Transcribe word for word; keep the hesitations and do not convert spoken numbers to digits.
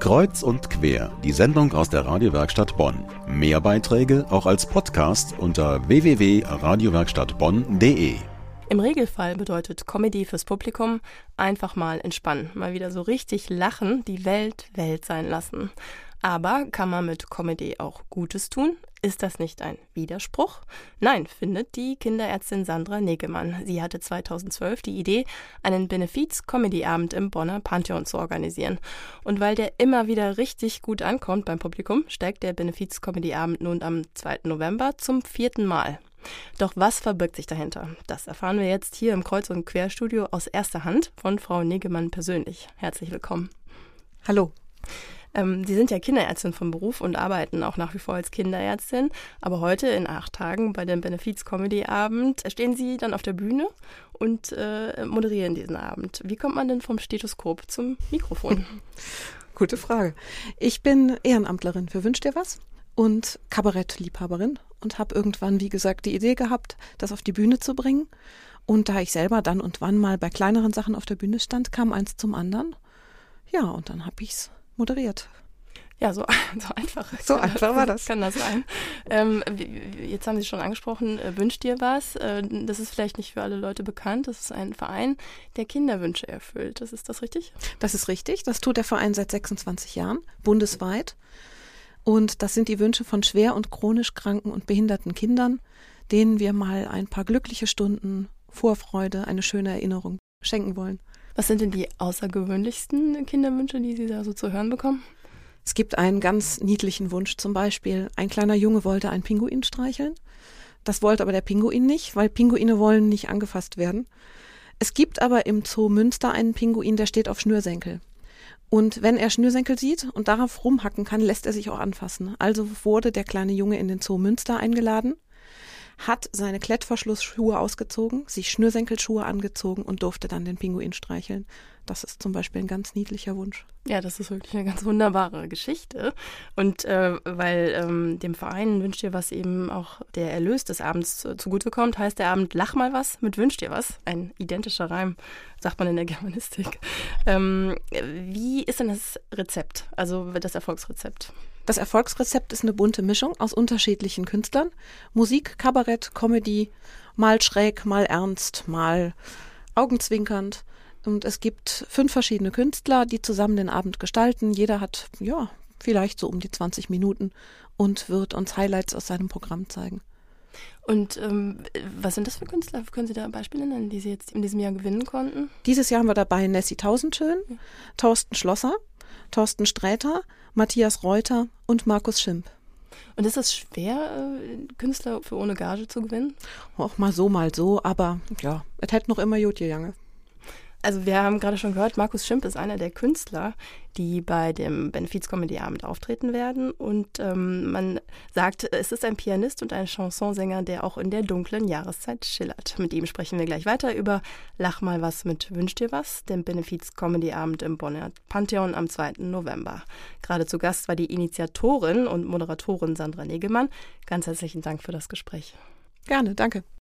Kreuz und quer, die Sendung aus der Radiowerkstatt Bonn. Mehr Beiträge auch als Podcast unter w w w punkt radiowerkstattbonn punkt d e. Im Regelfall bedeutet Comedy fürs Publikum einfach mal entspannen, mal wieder so richtig lachen, die Welt Welt sein lassen. Aber kann man mit Comedy auch Gutes tun? Ist das nicht ein Widerspruch? Nein, findet die Kinderärztin Sandra Negemann. Sie hatte zweitausendzwölf die Idee, einen Benefiz-Comedy-Abend im Bonner Pantheon zu organisieren. Und weil der immer wieder richtig gut ankommt beim Publikum, steigt der Benefiz-Comedy-Abend nun am zweiten November zum vierten Mal. Doch was verbirgt sich dahinter? Das erfahren wir jetzt hier im Kreuz- und Querstudio aus erster Hand von Frau Negemann persönlich. Herzlich willkommen. Hallo. Ähm, Sie sind ja Kinderärztin vom Beruf und arbeiten auch nach wie vor als Kinderärztin. Aber heute in acht Tagen bei dem Benefiz-Comedy-Abend stehen Sie dann auf der Bühne und äh, moderieren diesen Abend. Wie kommt man denn vom Stethoskop zum Mikrofon? Gute Frage. Ich bin Ehrenamtlerin für Wünsch dir was und Kabarettliebhaberin und habe irgendwann, wie gesagt, die Idee gehabt, das auf die Bühne zu bringen. Und da ich selber dann und wann mal bei kleineren Sachen auf der Bühne stand, kam eins zum anderen. Ja, und dann habe ich's moderiert. Ja, so, so einfach. So einfach war das. Kann das sein. Ähm, jetzt haben Sie schon angesprochen, äh, Wünsch dir was. Äh, das ist vielleicht nicht für alle Leute bekannt. Das ist ein Verein, der Kinderwünsche erfüllt. Das ist das richtig? Das ist richtig. Das tut der Verein seit sechsundzwanzig Jahren, bundesweit. Und das sind die Wünsche von schwer und chronisch kranken und behinderten Kindern, denen wir mal ein paar glückliche Stunden, Vorfreude, eine schöne Erinnerung schenken wollen. Was sind denn die außergewöhnlichsten Kinderwünsche, die Sie da so zu hören bekommen? Es gibt einen ganz niedlichen Wunsch, zum Beispiel ein kleiner Junge wollte einen Pinguin streicheln. Das wollte aber der Pinguin nicht, weil Pinguine wollen nicht angefasst werden. Es gibt aber im Zoo Münster einen Pinguin, der steht auf Schnürsenkel. Und wenn er Schnürsenkel sieht und darauf rumhacken kann, lässt er sich auch anfassen. Also wurde der kleine Junge in den Zoo Münster eingeladen, hat seine Klettverschlussschuhe ausgezogen, sich Schnürsenkelschuhe angezogen und durfte dann den Pinguin streicheln. Das ist zum Beispiel ein ganz niedlicher Wunsch. Ja, das ist wirklich eine ganz wunderbare Geschichte. Und äh, weil ähm, dem Verein Wünsch dir was eben auch der Erlös des Abends äh, zugutekommt, heißt der Abend Lach mal was mit Wünsch dir was. Ein identischer Reim, sagt man in der Germanistik. Ähm, wie ist denn das Rezept, also das Erfolgsrezept? Das Erfolgsrezept ist eine bunte Mischung aus unterschiedlichen Künstlern. Musik, Kabarett, Comedy, mal schräg, mal ernst, mal augenzwinkernd. Und es gibt fünf verschiedene Künstler, die zusammen den Abend gestalten. Jeder hat, ja, vielleicht so um die zwanzig Minuten und wird uns Highlights aus seinem Programm zeigen. Und ähm, was sind das für Künstler? Können Sie da Beispiele nennen, die Sie jetzt in diesem Jahr gewinnen konnten? Dieses Jahr haben wir dabei Nessie Tausendschön, ja. Thorsten Schlosser, Thorsten Sträter, Matthias Reuter und Markus Schimp. Und ist es schwer, Künstler für ohne Gage zu gewinnen? Auch mal so, mal so, aber ja, es hätte noch immer gut gegangen. Also wir haben gerade schon gehört, Markus Schimp ist einer der Künstler, die bei dem Benefiz-Comedy-Abend auftreten werden. Und ähm, man sagt, es ist ein Pianist und ein Chansonsänger, der auch in der dunklen Jahreszeit schillert. Mit ihm sprechen wir gleich weiter über Lach mal was mit Wünsch dir was, dem Benefiz-Comedy-Abend im Bonner Pantheon am zweiten November. Gerade zu Gast war die Initiatorin und Moderatorin Sandra Negemann. Ganz herzlichen Dank für das Gespräch. Gerne, danke.